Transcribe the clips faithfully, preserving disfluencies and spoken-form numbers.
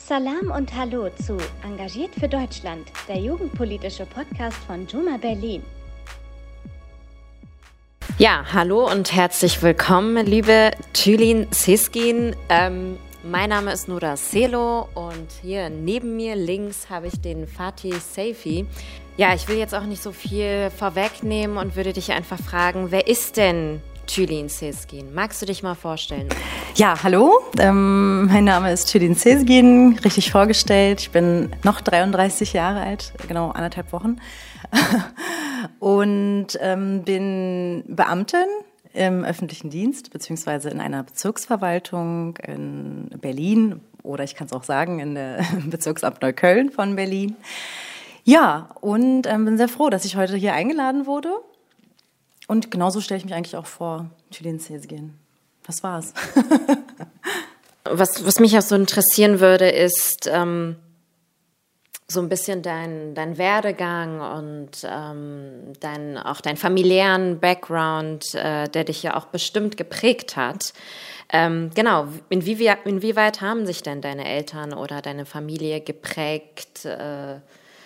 Salam und Hallo zu Engagiert für Deutschland, der jugendpolitische Podcast von Juma Berlin. Ja, hallo und herzlich willkommen, liebe Tülin Sezgin. Ähm, mein Name ist Nura Selo und hier neben mir links habe ich den Fatih Seyfi. Ja, ich will jetzt auch nicht so viel vorwegnehmen und würde dich einfach fragen, wer ist denn Tülin Sezgin? Magst du dich mal vorstellen? Ja, hallo, ähm, mein Name ist Tülin Sezgin, richtig vorgestellt. Ich bin noch dreiunddreißig Jahre alt, genau anderthalb Wochen und ähm, bin Beamtin im öffentlichen Dienst beziehungsweise in einer Bezirksverwaltung in Berlin oder ich kann es auch sagen, in der Bezirksamt Neukölln von Berlin. Ja, und ähm, bin sehr froh, dass ich heute hier eingeladen wurde. Und genauso stelle ich mich eigentlich auch vor, Tülin Sezgin. Das war's. was, was mich auch so interessieren würde, ist ähm, so ein bisschen dein, dein Werdegang und ähm, dein, auch dein familiären Background, äh, der dich ja auch bestimmt geprägt hat. Ähm, genau, inwie, inwieweit haben sich denn deine Eltern oder deine Familie geprägt, äh,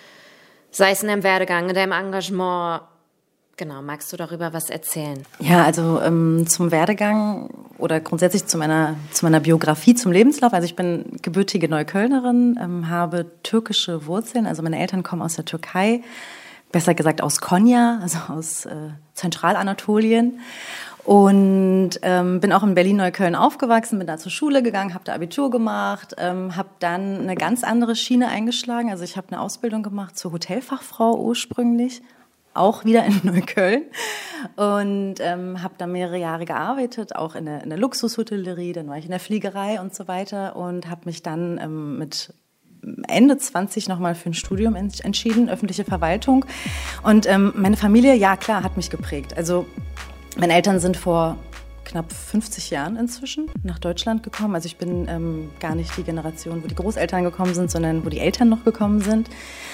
sei es in deinem Werdegang, in deinem Engagement? Genau, magst du darüber was erzählen? Ja, also ähm, zum Werdegang oder grundsätzlich zu meiner, zu meiner Biografie, zum Lebenslauf. Also ich bin gebürtige Neuköllnerin, ähm, habe türkische Wurzeln. Also meine Eltern kommen aus der Türkei, besser gesagt aus Konya, also aus äh, Zentralanatolien. Und ähm, bin auch in Berlin-Neukölln aufgewachsen, bin da zur Schule gegangen, habe da Abitur gemacht, ähm, habe dann eine ganz andere Schiene eingeschlagen. Also ich habe eine Ausbildung gemacht zur Hotelfachfrau ursprünglich, auch wieder in Neukölln und ähm, habe da mehrere Jahre gearbeitet, auch in der, in der Luxushotellerie, dann war ich in der Fliegerei und so weiter und habe mich dann ähm, mit Ende zwanzig nochmal für ein Studium entschieden, öffentliche Verwaltung. Und ähm, meine Familie, ja klar, hat mich geprägt. Also meine Eltern sind vor knapp fünfzig Jahren inzwischen nach Deutschland gekommen. Also ich bin ähm, gar nicht die Generation, wo die Großeltern gekommen sind, sondern wo die Eltern noch gekommen sind.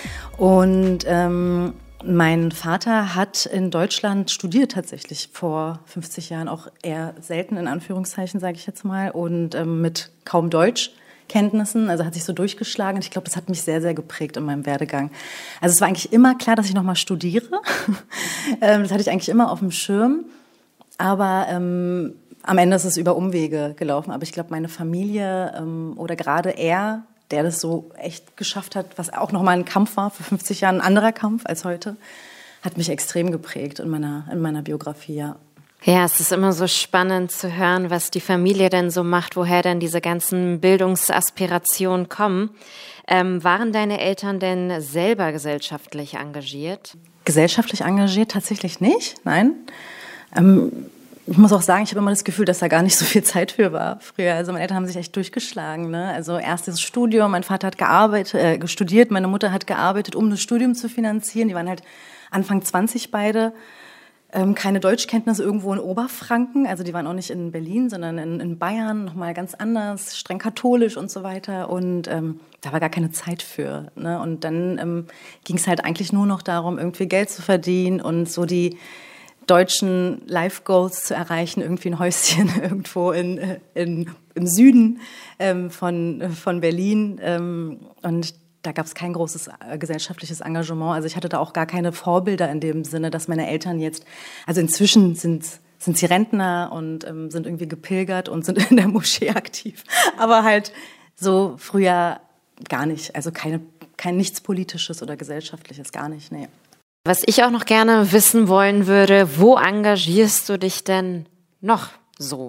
Und ähm, mein Vater hat in Deutschland studiert tatsächlich vor fünfzig Jahren, auch eher selten in Anführungszeichen, sage ich jetzt mal, und ähm, mit kaum Deutschkenntnissen, also hat sich so durchgeschlagen und ich glaube, das hat mich sehr, sehr geprägt in meinem Werdegang. Also es war eigentlich immer klar, dass ich nochmal studiere, ähm, das hatte ich eigentlich immer auf dem Schirm, aber ähm, am Ende ist es über Umwege gelaufen, aber ich glaube, meine Familie ähm, oder gerade er, der das so echt geschafft hat, was auch nochmal ein Kampf war, für fünfzig Jahre ein anderer Kampf als heute, hat mich extrem geprägt in meiner, in meiner Biografie, ja. Ja, es ist immer so spannend zu hören, was die Familie denn so macht, woher denn diese ganzen Bildungsaspirationen kommen. Ähm, waren deine Eltern denn selber gesellschaftlich engagiert? Gesellschaftlich engagiert tatsächlich nicht, nein. Ähm, Ich muss auch sagen, ich habe immer das Gefühl, dass da gar nicht so viel Zeit für war früher. Also meine Eltern haben sich echt durchgeschlagen, ne? Also erstes Studium, mein Vater hat gearbeitet, äh, studiert, meine Mutter hat gearbeitet, um das Studium zu finanzieren. Die waren halt Anfang zwanzig beide. Ähm, keine Deutschkenntnisse irgendwo in Oberfranken. Also die waren auch nicht in Berlin, sondern in, in Bayern, nochmal ganz anders, streng katholisch und so weiter. Und ähm, da war gar keine Zeit für, ne? Und dann ähm, ging es halt eigentlich nur noch darum, irgendwie Geld zu verdienen und so die deutschen Life Goals zu erreichen, irgendwie ein Häuschen irgendwo in, in, im Süden ähm, von, von Berlin. Ähm, und da gab es kein großes äh, gesellschaftliches Engagement. Also ich hatte da auch gar keine Vorbilder in dem Sinne, dass meine Eltern jetzt, also inzwischen sind, sind sie Rentner und ähm, sind irgendwie gepilgert und sind in der Moschee aktiv. Aber halt so früher gar nicht. Also keine, kein nichts Politisches oder Gesellschaftliches, gar nicht, nee. Was ich auch noch gerne wissen wollen würde, wo engagierst du dich denn noch so?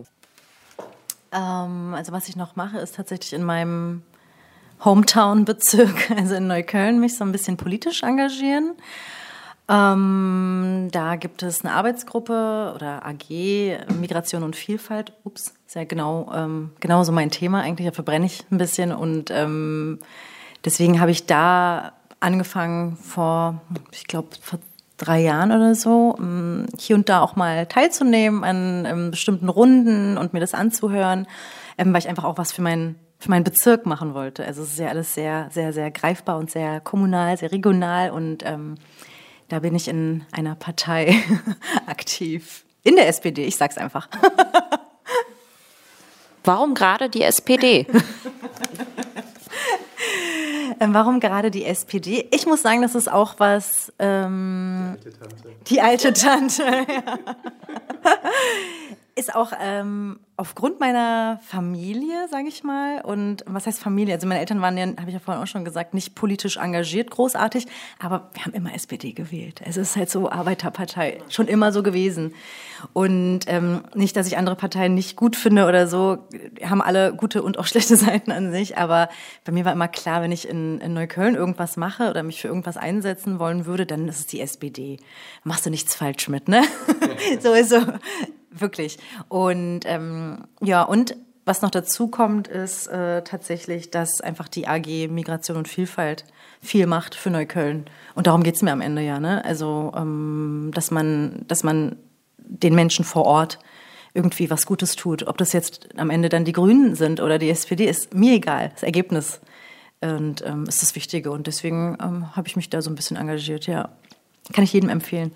Ähm, also was ich noch mache, ist tatsächlich in meinem Hometown-Bezirk, also in Neukölln, mich so ein bisschen politisch engagieren. Ähm, da gibt es eine Arbeitsgruppe oder A G, Migration und Vielfalt. Ups, ist ja genau, ähm, genau so mein Thema eigentlich, da verbrenne ich ein bisschen und ähm, deswegen habe ich da angefangen vor, ich glaube, vor drei Jahren oder so, hier und da auch mal teilzunehmen an ähm, bestimmten Runden und mir das anzuhören, ähm, weil ich einfach auch was für meinen für meinen Bezirk machen wollte. Also es ist ja alles sehr, sehr, sehr greifbar und sehr kommunal, sehr regional und ähm, da bin ich in einer Partei aktiv. In der S P D, ich sag's einfach. Warum gerade die S P D? Ähm, warum gerade die S P D? Ich muss sagen, das ist auch was... Ähm, die alte Tante. Die alte Tante, ja. Ist auch ähm, aufgrund meiner Familie, sage ich mal, und was heißt Familie? Also meine Eltern waren ja, habe ich ja vorhin auch schon gesagt, nicht politisch engagiert, großartig, aber wir haben immer S P D gewählt. Es ist halt so Arbeiterpartei, schon immer so gewesen. Und ähm, nicht, dass ich andere Parteien nicht gut finde oder so, haben alle gute und auch schlechte Seiten an sich, aber bei mir war immer klar, wenn ich in, in Neukölln irgendwas mache oder mich für irgendwas einsetzen wollen würde, dann ist es die S P D. Da machst du nichts falsch mit, ne? So ist so. Wirklich. Und ähm, ja, und was noch dazu kommt, ist äh, tatsächlich, dass einfach die A G Migration und Vielfalt viel macht für Neukölln. Und darum geht's mir am Ende ja, ne? Also, ähm, dass man, dass man den Menschen vor Ort irgendwie was Gutes tut. Ob das jetzt am Ende dann die Grünen sind oder die S P D, ist mir egal. Das Ergebnis und ähm, ist das Wichtige. Und deswegen ähm, habe ich mich da so ein bisschen engagiert. Ja, kann ich jedem empfehlen.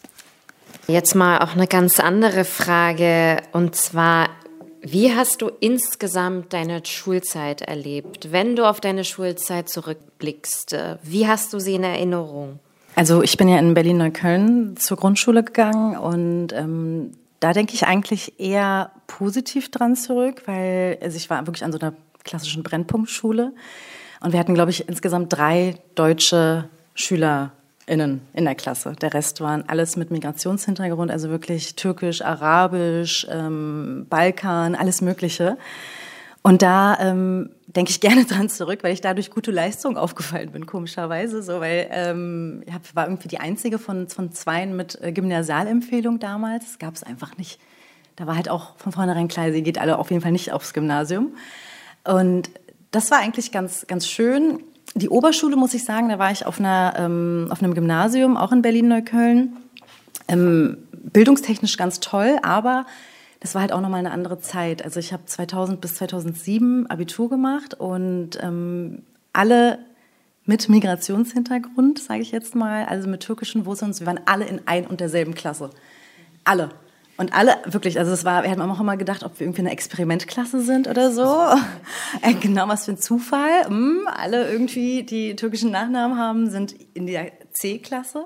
Jetzt mal auch eine ganz andere Frage, und zwar, wie hast du insgesamt deine Schulzeit erlebt? Wenn du auf deine Schulzeit zurückblickst, wie hast du sie in Erinnerung? Also ich bin ja in Berlin-Neukölln zur Grundschule gegangen und ähm, da denke ich eigentlich eher positiv dran zurück, weil also ich war wirklich an so einer klassischen Brennpunktschule und wir hatten, glaube ich, insgesamt drei deutsche Schüler Innen in der Klasse. Der Rest waren alles mit Migrationshintergrund, also wirklich türkisch, arabisch, ähm, Balkan, alles Mögliche. Und da ähm, denke ich gerne dran zurück, weil ich dadurch gute Leistung aufgefallen bin, komischerweise. So, weil ähm, ich war irgendwie die einzige von, von zweien mit äh, Gymnasialempfehlung damals. Das gab es einfach nicht. Da war halt auch von vornherein klar, sie geht alle auf jeden Fall nicht aufs Gymnasium. Und das war eigentlich ganz, ganz schön. Die Oberschule, muss ich sagen, da war ich auf, einer, ähm, auf einem Gymnasium, auch in Berlin-Neukölln. Ähm, bildungstechnisch ganz toll, aber das war halt auch nochmal eine andere Zeit. Also ich habe zweitausend bis zweitausendsieben Abitur gemacht und ähm, alle mit Migrationshintergrund, sage ich jetzt mal, also mit türkischen Wurzeln, wir waren alle in ein und derselben Klasse. Alle. Und alle, wirklich, also es war, wir hatten auch immer gedacht, ob wir irgendwie eine Experimentklasse sind oder so. Äh, genau, was für ein Zufall. Hm, alle irgendwie, die türkischen Nachnamen haben, sind in der C-Klasse.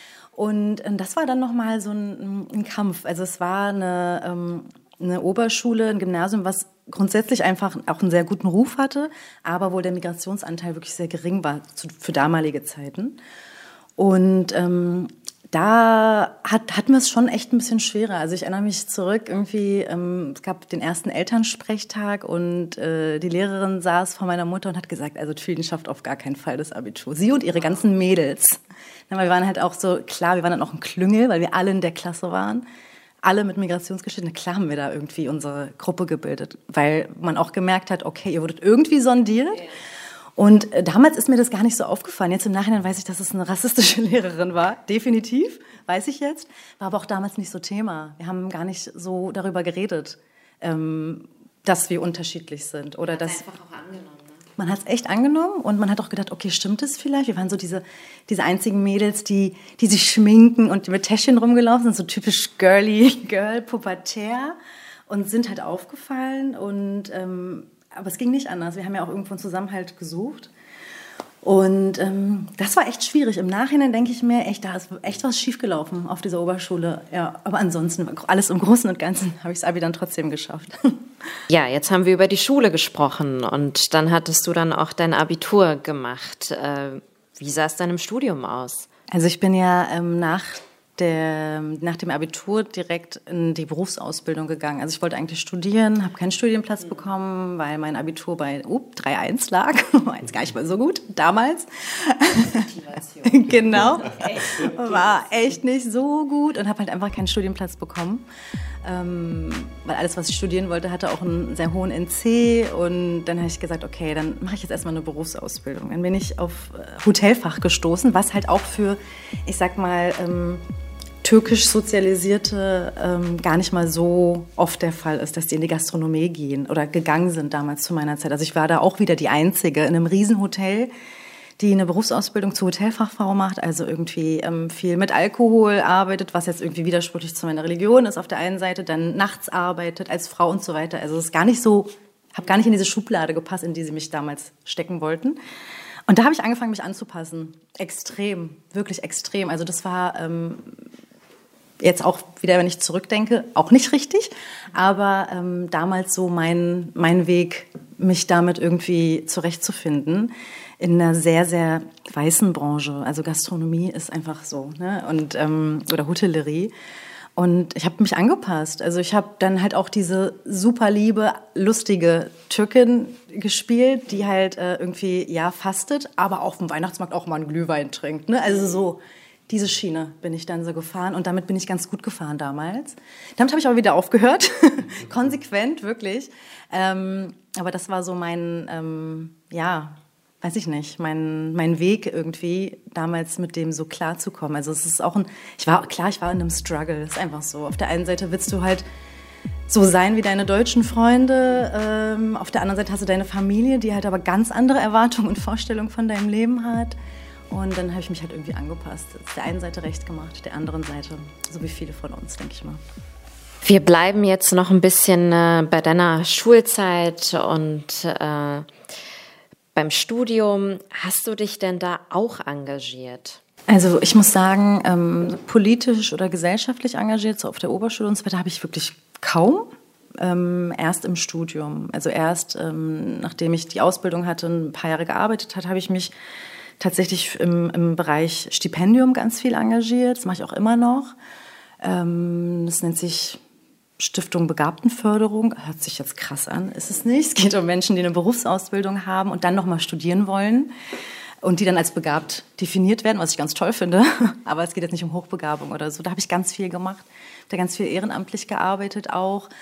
Und äh, das war dann nochmal so ein, ein Kampf. Also es war eine, ähm, eine Oberschule, ein Gymnasium, was grundsätzlich einfach auch einen sehr guten Ruf hatte, aber wo der Migrationsanteil wirklich sehr gering war zu, für damalige Zeiten. Und ähm, Da hat, hatten wir es schon echt ein bisschen schwerer. Also ich erinnere mich zurück, irgendwie, ähm, es gab den ersten Elternsprechtag und äh, die Lehrerin saß vor meiner Mutter und hat gesagt, also Tülin schafft auf gar keinen Fall das Abitur. Sie und ihre ganzen Mädels. Ja, weil wir waren halt auch so, klar, wir waren dann auch ein Klüngel, weil wir alle in der Klasse waren. Alle mit Migrationsgeschichte. Klar haben wir da irgendwie unsere Gruppe gebildet, weil man auch gemerkt hat, okay, ihr wurdet irgendwie sondiert. Yeah. Und damals ist mir das gar nicht so aufgefallen. Jetzt im Nachhinein weiß ich, dass es eine rassistische Lehrerin war. Definitiv, weiß ich jetzt. War aber auch damals nicht so Thema. Wir haben gar nicht so darüber geredet, ähm, dass wir unterschiedlich sind. Oder man hat dass es einfach auch angenommen. Ne? Man hat es echt angenommen und man hat auch gedacht, okay, stimmt das vielleicht? Wir waren so diese, diese einzigen Mädels, die, die sich schminken und mit Täschchen rumgelaufen sind, so typisch girly, girl, pubertär und sind halt aufgefallen und ähm, aber es ging nicht anders. Wir haben ja auch irgendwo einen Zusammenhalt gesucht. Und ähm, das war echt schwierig. Im Nachhinein denke ich mir, echt, da ist echt was schiefgelaufen auf dieser Oberschule. Ja, aber ansonsten, alles im Großen und Ganzen, habe ich es Abi dann trotzdem geschafft. Ja, jetzt haben wir über die Schule gesprochen und dann hattest du dann auch dein Abitur gemacht. Äh, wie sah es dann im Studium aus? Also ich bin ja ähm, nach Der, nach dem Abitur direkt in die Berufsausbildung gegangen. Also ich wollte eigentlich studieren, habe keinen Studienplatz bekommen, weil mein Abitur bei uh, drei Komma eins lag. War jetzt gar nicht mal so gut, damals. Genau. War echt nicht so gut und habe halt einfach keinen Studienplatz bekommen. Ähm, weil alles, was ich studieren wollte, hatte auch einen sehr hohen N C. Und dann habe ich gesagt, okay, dann mache ich jetzt erstmal eine Berufsausbildung. Dann bin ich auf Hotelfach gestoßen, was halt auch für, ich sag mal, ähm, türkisch Sozialisierte ähm, gar nicht mal so oft der Fall ist, dass die in die Gastronomie gehen oder gegangen sind damals zu meiner Zeit. Also ich war da auch wieder die Einzige in einem Riesenhotel, die eine Berufsausbildung zur Hotelfachfrau macht, also irgendwie ähm, viel mit Alkohol arbeitet, was jetzt irgendwie widersprüchlich zu meiner Religion ist auf der einen Seite, dann nachts arbeitet als Frau und so weiter. Also es ist gar nicht so, habe gar nicht in diese Schublade gepasst, in die sie mich damals stecken wollten. Und da habe ich angefangen, mich anzupassen. Extrem, wirklich extrem. Also das war ähm, jetzt auch wieder, wenn ich zurückdenke, auch nicht richtig. Aber ähm, damals so mein, mein Weg, mich damit irgendwie zurechtzufinden. In einer sehr, sehr weißen Branche. Also Gastronomie ist einfach so, ne? Und, ähm, oder Hotellerie. Und ich habe mich angepasst. Also ich habe dann halt auch diese super liebe, lustige Türkin gespielt, die halt äh, irgendwie, ja, fastet, aber auf dem Weihnachtsmarkt auch mal einen Glühwein trinkt. Ne? Also so, diese Schiene bin ich dann so gefahren und damit bin ich ganz gut gefahren damals. Damit habe ich aber wieder aufgehört, konsequent, wirklich. Ähm, aber das war so mein, ähm, ja... weiß ich nicht, mein, mein Weg irgendwie, damals mit dem so klar zu kommen. Also es ist auch ein, ich war, klar, ich war in einem Struggle, ist einfach so. Auf der einen Seite willst du halt so sein wie deine deutschen Freunde, ähm, auf der anderen Seite hast du deine Familie, die halt aber ganz andere Erwartungen und Vorstellungen von deinem Leben hat. Und dann habe ich mich halt irgendwie angepasst. Es der einen Seite recht gemacht, der anderen Seite, so wie viele von uns, denke ich mal. Wir bleiben jetzt noch ein bisschen äh, bei deiner Schulzeit und äh, beim Studium. Hast du dich denn da auch engagiert? Also ich muss sagen, ähm, politisch oder gesellschaftlich engagiert, so auf der Oberschule und so weiter, habe ich wirklich kaum. Ähm, erst im Studium. Also erst, ähm, nachdem ich die Ausbildung hatte, ein paar Jahre gearbeitet hat, habe ich mich tatsächlich im, im Bereich Stipendium ganz viel engagiert. Das mache ich auch immer noch. Ähm, das nennt sich Stiftung Begabtenförderung. Hört sich jetzt krass an, ist es nicht. Es geht um Menschen, die eine Berufsausbildung haben und dann nochmal studieren wollen und die dann als begabt definiert werden, was ich ganz toll finde. Aber es geht jetzt nicht um Hochbegabung oder so. Da habe ich ganz viel gemacht. Ich habe da ganz viel ehrenamtlich gearbeitet auch.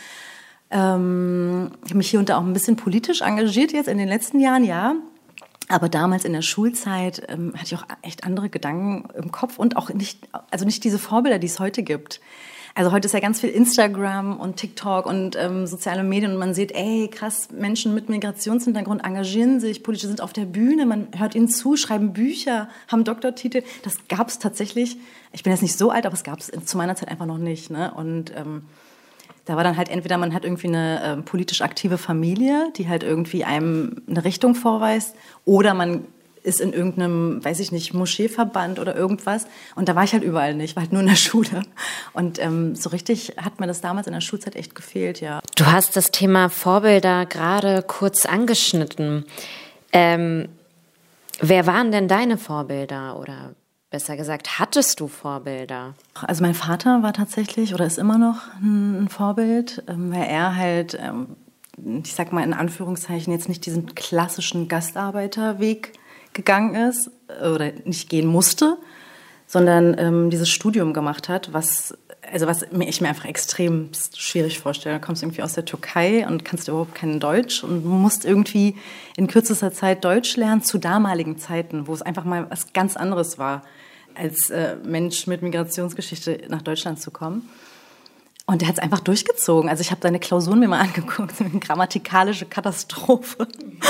Ähm, ich habe mich hier und da auch ein bisschen politisch engagiert jetzt in den letzten Jahren, ja. Aber damals in der Schulzeit ähm, hatte ich auch echt andere Gedanken im Kopf und auch nicht, also nicht diese Vorbilder, die es heute gibt. Also heute ist ja ganz viel Instagram und TikTok und ähm, soziale Medien und man sieht, ey, krass, Menschen mit Migrationshintergrund engagieren sich, Politische sind auf der Bühne, man hört ihnen zu, schreiben Bücher, haben Doktortitel. Das gab es tatsächlich, ich bin jetzt nicht so alt, aber es gab es zu meiner Zeit einfach noch nicht. Ne? Und ähm, da war dann halt entweder man hat irgendwie eine äh, politisch aktive Familie, die halt irgendwie einem eine Richtung vorweist, oder man ist in irgendeinem, weiß ich nicht, Moscheeverband oder irgendwas. Und da war ich halt überall nicht, war halt nur in der Schule. Und ähm, so richtig hat mir das damals in der Schulzeit echt gefehlt, ja. Du hast das Thema Vorbilder gerade kurz angeschnitten. Ähm, wer waren denn deine Vorbilder oder besser gesagt, hattest du Vorbilder? Also mein Vater war tatsächlich oder ist immer noch ein Vorbild, ähm, weil er halt, ähm, ich sag mal in Anführungszeichen, jetzt nicht diesen klassischen Gastarbeiterweg gegangen ist oder nicht gehen musste, sondern ähm, dieses Studium gemacht hat, was, also was ich mir einfach extrem schwierig vorstelle. Du kommst irgendwie aus der Türkei und kannst überhaupt kein Deutsch und musst irgendwie in kürzester Zeit Deutsch lernen zu damaligen Zeiten, wo es einfach mal was ganz anderes war, als äh, Mensch mit Migrationsgeschichte nach Deutschland zu kommen. Und der hat es einfach durchgezogen. Also ich habe seine Klausuren mir mal angeguckt, eine grammatikalische Katastrophe.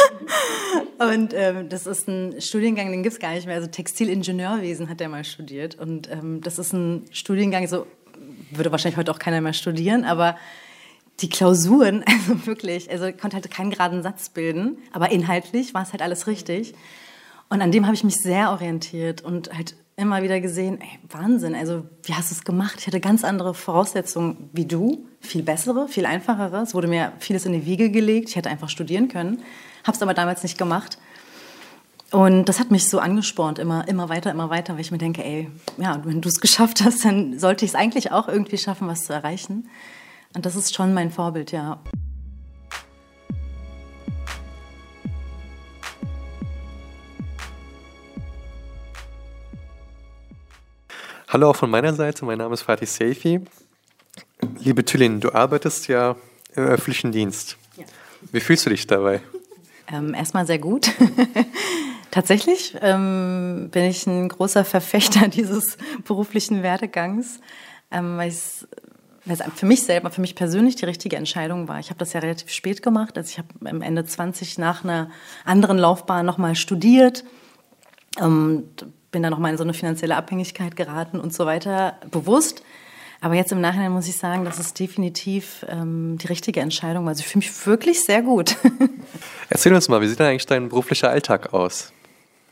Und ähm, das ist ein Studiengang, den gibt es gar nicht mehr. Also Textilingenieurwesen hat er mal studiert. Und ähm, das ist ein Studiengang, so würde wahrscheinlich heute auch keiner mehr studieren, aber die Klausuren, also wirklich, also konnte halt keinen geraden Satz bilden, aber inhaltlich war es halt alles richtig. Und an dem habe ich mich sehr orientiert und halt immer wieder gesehen, ey, Wahnsinn, also wie hast du es gemacht? Ich hatte ganz andere Voraussetzungen wie du, viel bessere, viel einfachere. Es wurde mir vieles in die Wiege gelegt, ich hätte einfach studieren können, habe es aber damals nicht gemacht. Und das hat mich so angespornt, immer, immer weiter, immer weiter, weil ich mir denke, ey, ja, wenn du es geschafft hast, dann sollte ich es eigentlich auch irgendwie schaffen, was zu erreichen. Und das ist schon mein Vorbild, ja. Hallo auch von meiner Seite, mein Name ist Fatih Seifi. Liebe Tülin, du arbeitest ja im öffentlichen Dienst. Ja. Wie fühlst du dich dabei? Ähm, erstmal sehr gut. Tatsächlich ähm, bin ich ein großer Verfechter dieses beruflichen Werdegangs, ähm, weil es für mich selber, für mich persönlich die richtige Entscheidung war. Ich habe das ja relativ spät gemacht. Also ich habe am Ende zwanzig nach einer anderen Laufbahn nochmal studiert, ähm, bin dann nochmal in so eine finanzielle Abhängigkeit geraten und so weiter, bewusst. Aber jetzt im Nachhinein muss ich sagen, das ist definitiv ähm, die richtige Entscheidung war. Also ich fühle mich wirklich sehr gut. Erzähl uns mal, wie sieht denn eigentlich dein beruflicher Alltag aus?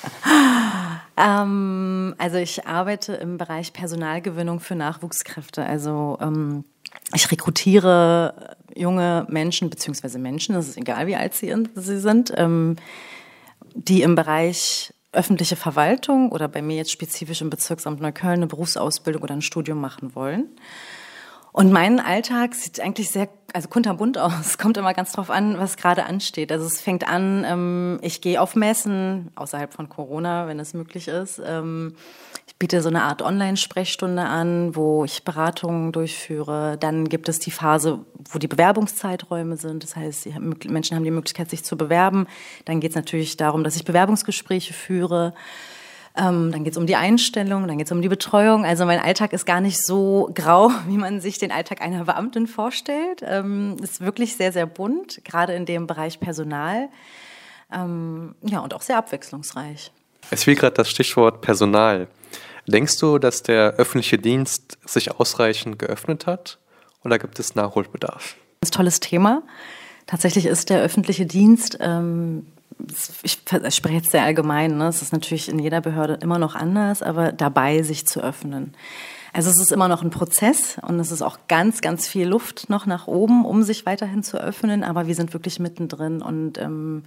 ähm, also ich arbeite im Bereich Personalgewinnung für Nachwuchskräfte. Also ähm, ich rekrutiere junge Menschen, beziehungsweise Menschen, das ist egal, wie alt sie, sie sind, ähm, die im Bereich öffentliche Verwaltung oder bei mir jetzt spezifisch im Bezirksamt Neukölln eine Berufsausbildung oder ein Studium machen wollen. Und mein Alltag sieht eigentlich sehr, also kunterbunt aus. Es kommt immer ganz drauf an, was gerade ansteht. Also es fängt an, ähm, ich gehe auf Messen, außerhalb von Corona, wenn es möglich ist. Ähm, ich biete so eine Art Online-Sprechstunde an, wo ich Beratungen durchführe. Dann gibt es die Phase, wo die Bewerbungszeiträume sind. Das heißt, die Menschen haben die Möglichkeit, sich zu bewerben. Dann geht es natürlich darum, dass ich Bewerbungsgespräche führe. Ähm, dann geht es um die Einstellung, dann geht es um die Betreuung. Also mein Alltag ist gar nicht so grau, wie man sich den Alltag einer Beamtin vorstellt. Ähm, ist wirklich sehr, sehr bunt, gerade in dem Bereich Personal. Ähm, ja, und auch sehr abwechslungsreich. Es fiel gerade das Stichwort Personal. Denkst du, dass der öffentliche Dienst sich ausreichend geöffnet hat oder gibt es Nachholbedarf? Das ist ein tolles Thema. Tatsächlich ist der öffentliche Dienst, ähm, ich spreche jetzt sehr allgemein, ne? Es ist natürlich in jeder Behörde immer noch anders, aber dabei, sich zu öffnen. Also es ist immer noch ein Prozess und es ist auch ganz, ganz viel Luft noch nach oben, um sich weiterhin zu öffnen, aber wir sind wirklich mittendrin und ähm,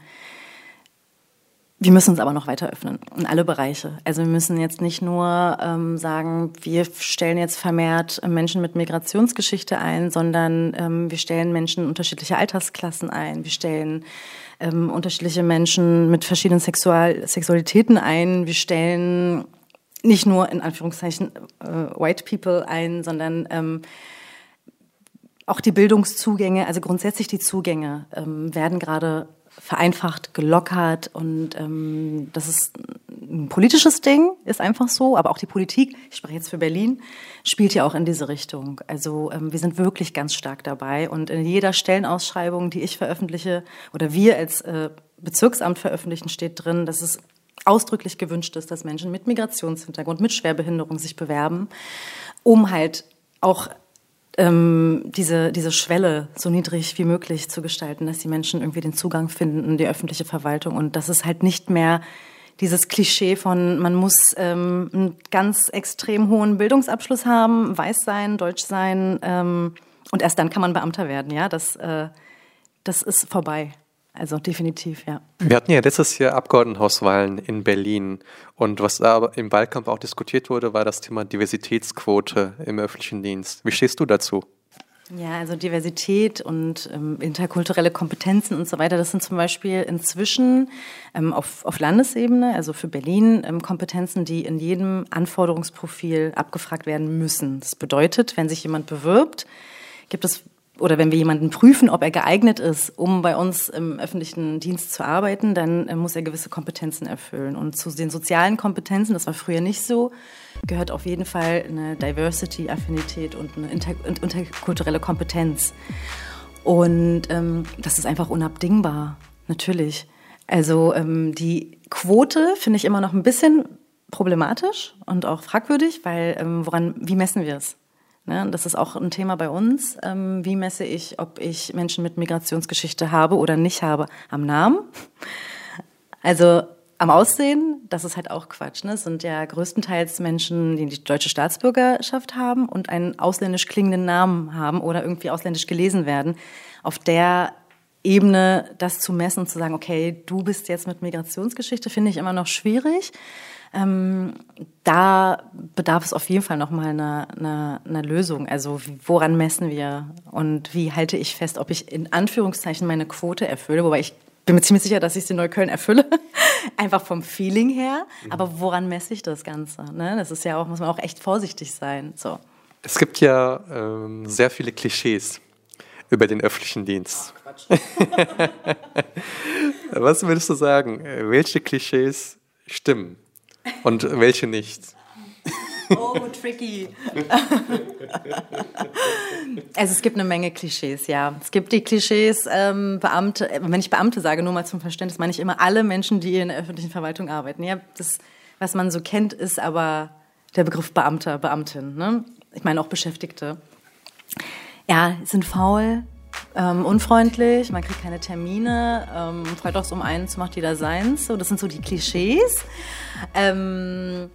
wir müssen uns aber noch weiter öffnen, in alle Bereiche. Also wir müssen jetzt nicht nur ähm, sagen, wir stellen jetzt vermehrt Menschen mit Migrationsgeschichte ein, sondern ähm, wir stellen Menschen unterschiedliche Altersklassen ein. Wir stellen ähm, unterschiedliche Menschen mit verschiedenen Sexual- Sexualitäten ein. Wir stellen nicht nur in Anführungszeichen äh, White People ein, sondern ähm, auch die Bildungszugänge, also grundsätzlich die Zugänge ähm, werden gerade vereinfacht, gelockert und ähm, das ist ein politisches Ding, ist einfach so, aber auch die Politik, ich spreche jetzt für Berlin, spielt ja auch in diese Richtung. Also ähm, wir sind wirklich ganz stark dabei und in jeder Stellenausschreibung, die ich veröffentliche oder wir als äh, Bezirksamt veröffentlichen, steht drin, dass es ausdrücklich gewünscht ist, dass Menschen mit Migrationshintergrund, mit Schwerbehinderung sich bewerben, um halt auch ähm, diese, diese Schwelle so niedrig wie möglich zu gestalten, dass die Menschen irgendwie den Zugang finden in die öffentliche Verwaltung und dass es halt nicht mehr dieses Klischee von, man muss ähm, einen ganz extrem hohen Bildungsabschluss haben, weiß sein, deutsch sein ähm, und erst dann kann man Beamter werden. Ja, das, äh, das ist vorbei. Also definitiv, ja. Wir hatten ja letztes Jahr Abgeordnetenhauswahlen in Berlin und was da aber im Wahlkampf auch diskutiert wurde, war das Thema Diversitätsquote im öffentlichen Dienst. Wie stehst du dazu? Ja, also Diversität und ähm, interkulturelle Kompetenzen und so weiter, das sind zum Beispiel inzwischen ähm, auf, auf Landesebene, also für Berlin, ähm, Kompetenzen, die in jedem Anforderungsprofil abgefragt werden müssen. Das bedeutet, wenn sich jemand bewirbt, gibt es oder wenn wir jemanden prüfen, ob er geeignet ist, um bei uns im öffentlichen Dienst zu arbeiten, dann äh, muss er gewisse Kompetenzen erfüllen. Und zu den sozialen Kompetenzen, das war früher nicht so, gehört auf jeden Fall eine Diversity, Affinität und eine inter- und interkulturelle Kompetenz. Und ähm, das ist einfach unabdingbar, natürlich. Also ähm, die Quote finde ich immer noch ein bisschen problematisch und auch fragwürdig, weil ähm, woran, wie messen wir es? Ne, das ist auch ein Thema bei uns. Ähm, wie messe ich, ob ich Menschen mit Migrationsgeschichte habe oder nicht habe? Am Namen. Also am Aussehen, das ist halt auch Quatsch. Ne? Es sind ja größtenteils Menschen, die die deutsche Staatsbürgerschaft haben und einen ausländisch klingenden Namen haben oder irgendwie ausländisch gelesen werden. Auf der Ebene das zu messen und zu sagen, okay, du bist jetzt mit Migrationsgeschichte, finde ich immer noch schwierig. Ähm, da bedarf es auf jeden Fall nochmal einer, einer, einer Lösung. Also woran messen wir und wie halte ich fest, ob ich in Anführungszeichen meine Quote erfülle, wobei ich bin mir ziemlich sicher, dass ich sie in Neukölln erfülle, einfach vom Feeling her. Aber woran messe ich das Ganze? Ne? Das ist ja auch, muss man auch echt vorsichtig sein. So. Es gibt ja ähm, sehr viele Klischees über den öffentlichen Dienst. Ach, Quatsch. Was würdest du sagen? Welche Klischees stimmen und welche nicht? Oh, tricky. Also es gibt eine Menge Klischees, ja. Es gibt die Klischees, ähm, Beamte, wenn ich Beamte sage, nur mal zum Verständnis, meine ich immer alle Menschen, die in der öffentlichen Verwaltung arbeiten. Ja, das, was man so kennt, ist aber der Begriff Beamter, Beamtin. Ne? Ich meine auch Beschäftigte. Ja, sind faul, Ähm, unfreundlich, man kriegt keine Termine, ähm, freitags um eins macht jeder seins. So, das sind so die Klischees. Ähm,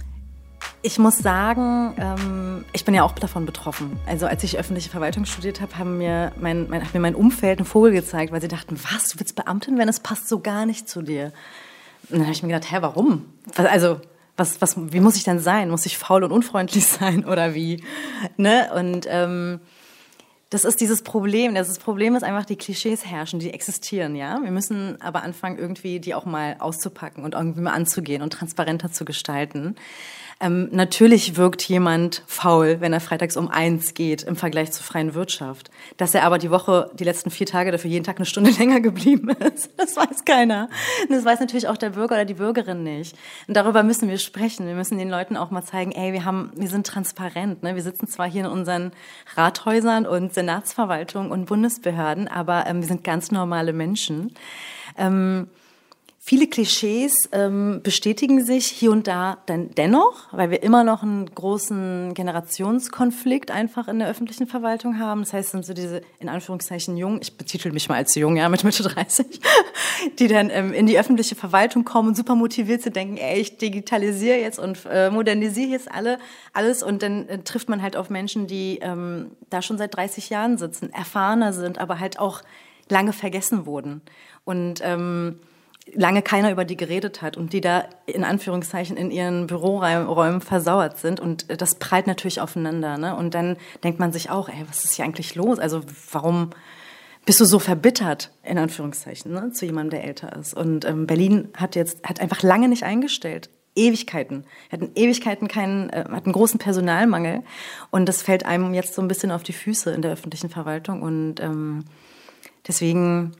ich muss sagen, ähm, ich bin ja auch davon betroffen. Also als ich öffentliche Verwaltung studiert habe, haben mir mein, mein, hat mir mein Umfeld einen Vogel gezeigt, weil sie dachten, was, du willst Beamtin werden? Das passt so gar nicht zu dir. Und dann habe ich mir gedacht, hä, warum? Was, also, was, was, wie muss ich denn sein? Muss ich faul und unfreundlich sein oder wie? Ne? Und ähm, das ist dieses Problem. Das Problem ist einfach, die Klischees herrschen, die existieren, ja. Wir müssen aber anfangen, irgendwie die auch mal auszupacken und irgendwie mal anzugehen und transparenter zu gestalten. Ähm, natürlich wirkt jemand faul, wenn er freitags um eins geht im Vergleich zur freien Wirtschaft. Dass er aber die Woche, die letzten vier Tage dafür jeden Tag eine Stunde länger geblieben ist, das weiß keiner. Und das weiß natürlich auch der Bürger oder die Bürgerin nicht. Und darüber müssen wir sprechen. Wir müssen den Leuten auch mal zeigen, ey, wir haben, wir sind transparent, ne? Wir sitzen zwar hier in unseren Rathäusern und Senatsverwaltungen und Bundesbehörden, aber ähm, wir sind ganz normale Menschen. Ähm, Viele Klischees ähm, bestätigen sich hier und da dann dennoch, weil wir immer noch einen großen Generationskonflikt einfach in der öffentlichen Verwaltung haben. Das heißt, sind so diese, in Anführungszeichen, jung, ich betitel mich mal als jung, ja, mit Mitte dreißig, die dann ähm, in die öffentliche Verwaltung kommen und super motiviert sind, denken, ey, ich digitalisiere jetzt und äh, modernisiere jetzt alle, alles. Und dann äh, trifft man halt auf Menschen, die ähm, da schon seit dreißig Jahren sitzen, erfahrener sind, aber halt auch lange vergessen wurden. Und ähm, lange keiner über die geredet hat und die da in Anführungszeichen in ihren Büroräumen versauert sind und das prallt natürlich aufeinander, ne? Und dann denkt man sich auch, ey, was ist hier eigentlich los? Also warum bist du so verbittert, in Anführungszeichen, ne, zu jemandem, der älter ist? Und ähm, Berlin hat jetzt hat einfach lange nicht eingestellt. Ewigkeiten. Wir hatten Ewigkeiten keinen, äh, hat einen großen Personalmangel und das fällt einem jetzt so ein bisschen auf die Füße in der öffentlichen Verwaltung und ähm, deswegen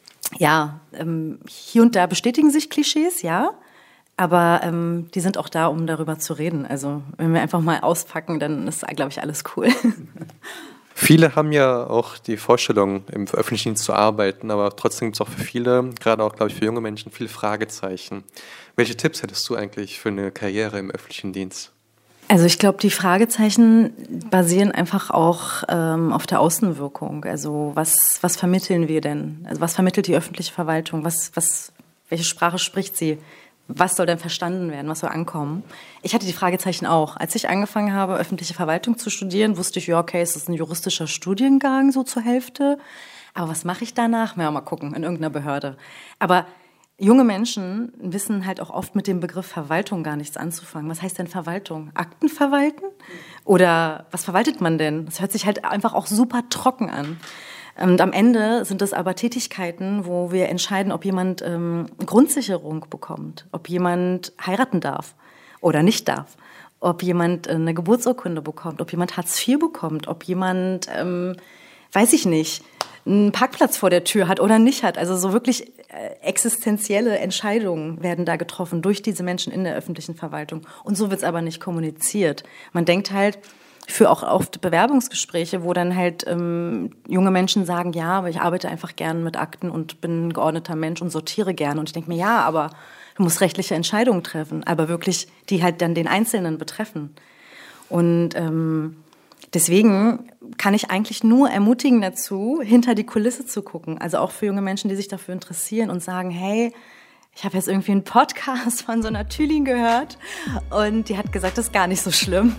ja, ähm, hier und da bestätigen sich Klischees, ja, aber ähm, die sind auch da, um darüber zu reden. Also wenn wir einfach mal auspacken, dann ist, glaube ich, alles cool. Viele haben ja auch die Vorstellung, im öffentlichen Dienst zu arbeiten, aber trotzdem gibt es auch für viele, gerade auch, glaube ich, für junge Menschen, viele Fragezeichen. Welche Tipps hättest du eigentlich für eine Karriere im öffentlichen Dienst? Also ich glaube, die Fragezeichen basieren einfach auch ähm, auf der Außenwirkung. Also was was vermitteln wir denn? Also was vermittelt die öffentliche Verwaltung? Was was welche Sprache spricht sie? Was soll denn verstanden werden? Was soll ankommen? Ich hatte die Fragezeichen auch. Als ich angefangen habe, öffentliche Verwaltung zu studieren, wusste ich, ja, okay, es ist ein juristischer Studiengang so zur Hälfte. Aber was mache ich danach? Ja, mal gucken, in irgendeiner Behörde. Aber junge Menschen wissen halt auch oft mit dem Begriff Verwaltung gar nichts anzufangen. Was heißt denn Verwaltung? Akten verwalten? Oder was verwaltet man denn? Das hört sich halt einfach auch super trocken an. Und am Ende sind es aber Tätigkeiten, wo wir entscheiden, ob jemand ähm, Grundsicherung bekommt, ob jemand heiraten darf oder nicht darf, ob jemand äh, eine Geburtsurkunde bekommt, ob jemand Hartz vier bekommt, ob jemand, ähm, weiß ich nicht, einen Parkplatz vor der Tür hat oder nicht hat. Also so wirklich existenzielle Entscheidungen werden da getroffen durch diese Menschen in der öffentlichen Verwaltung. Und so wird es aber nicht kommuniziert. Man denkt halt, für auch oft Bewerbungsgespräche, wo dann halt ähm, junge Menschen sagen, ja, aber ich arbeite einfach gern mit Akten und bin ein geordneter Mensch und sortiere gern. Und ich denke mir, ja, aber du musst rechtliche Entscheidungen treffen, aber wirklich, die halt dann den Einzelnen betreffen. Und ähm, deswegen kann ich eigentlich nur ermutigen dazu, hinter die Kulisse zu gucken. Also auch für junge Menschen, die sich dafür interessieren und sagen, hey, ich habe jetzt irgendwie einen Podcast von so einer Thülin gehört und die hat gesagt, das ist gar nicht so schlimm.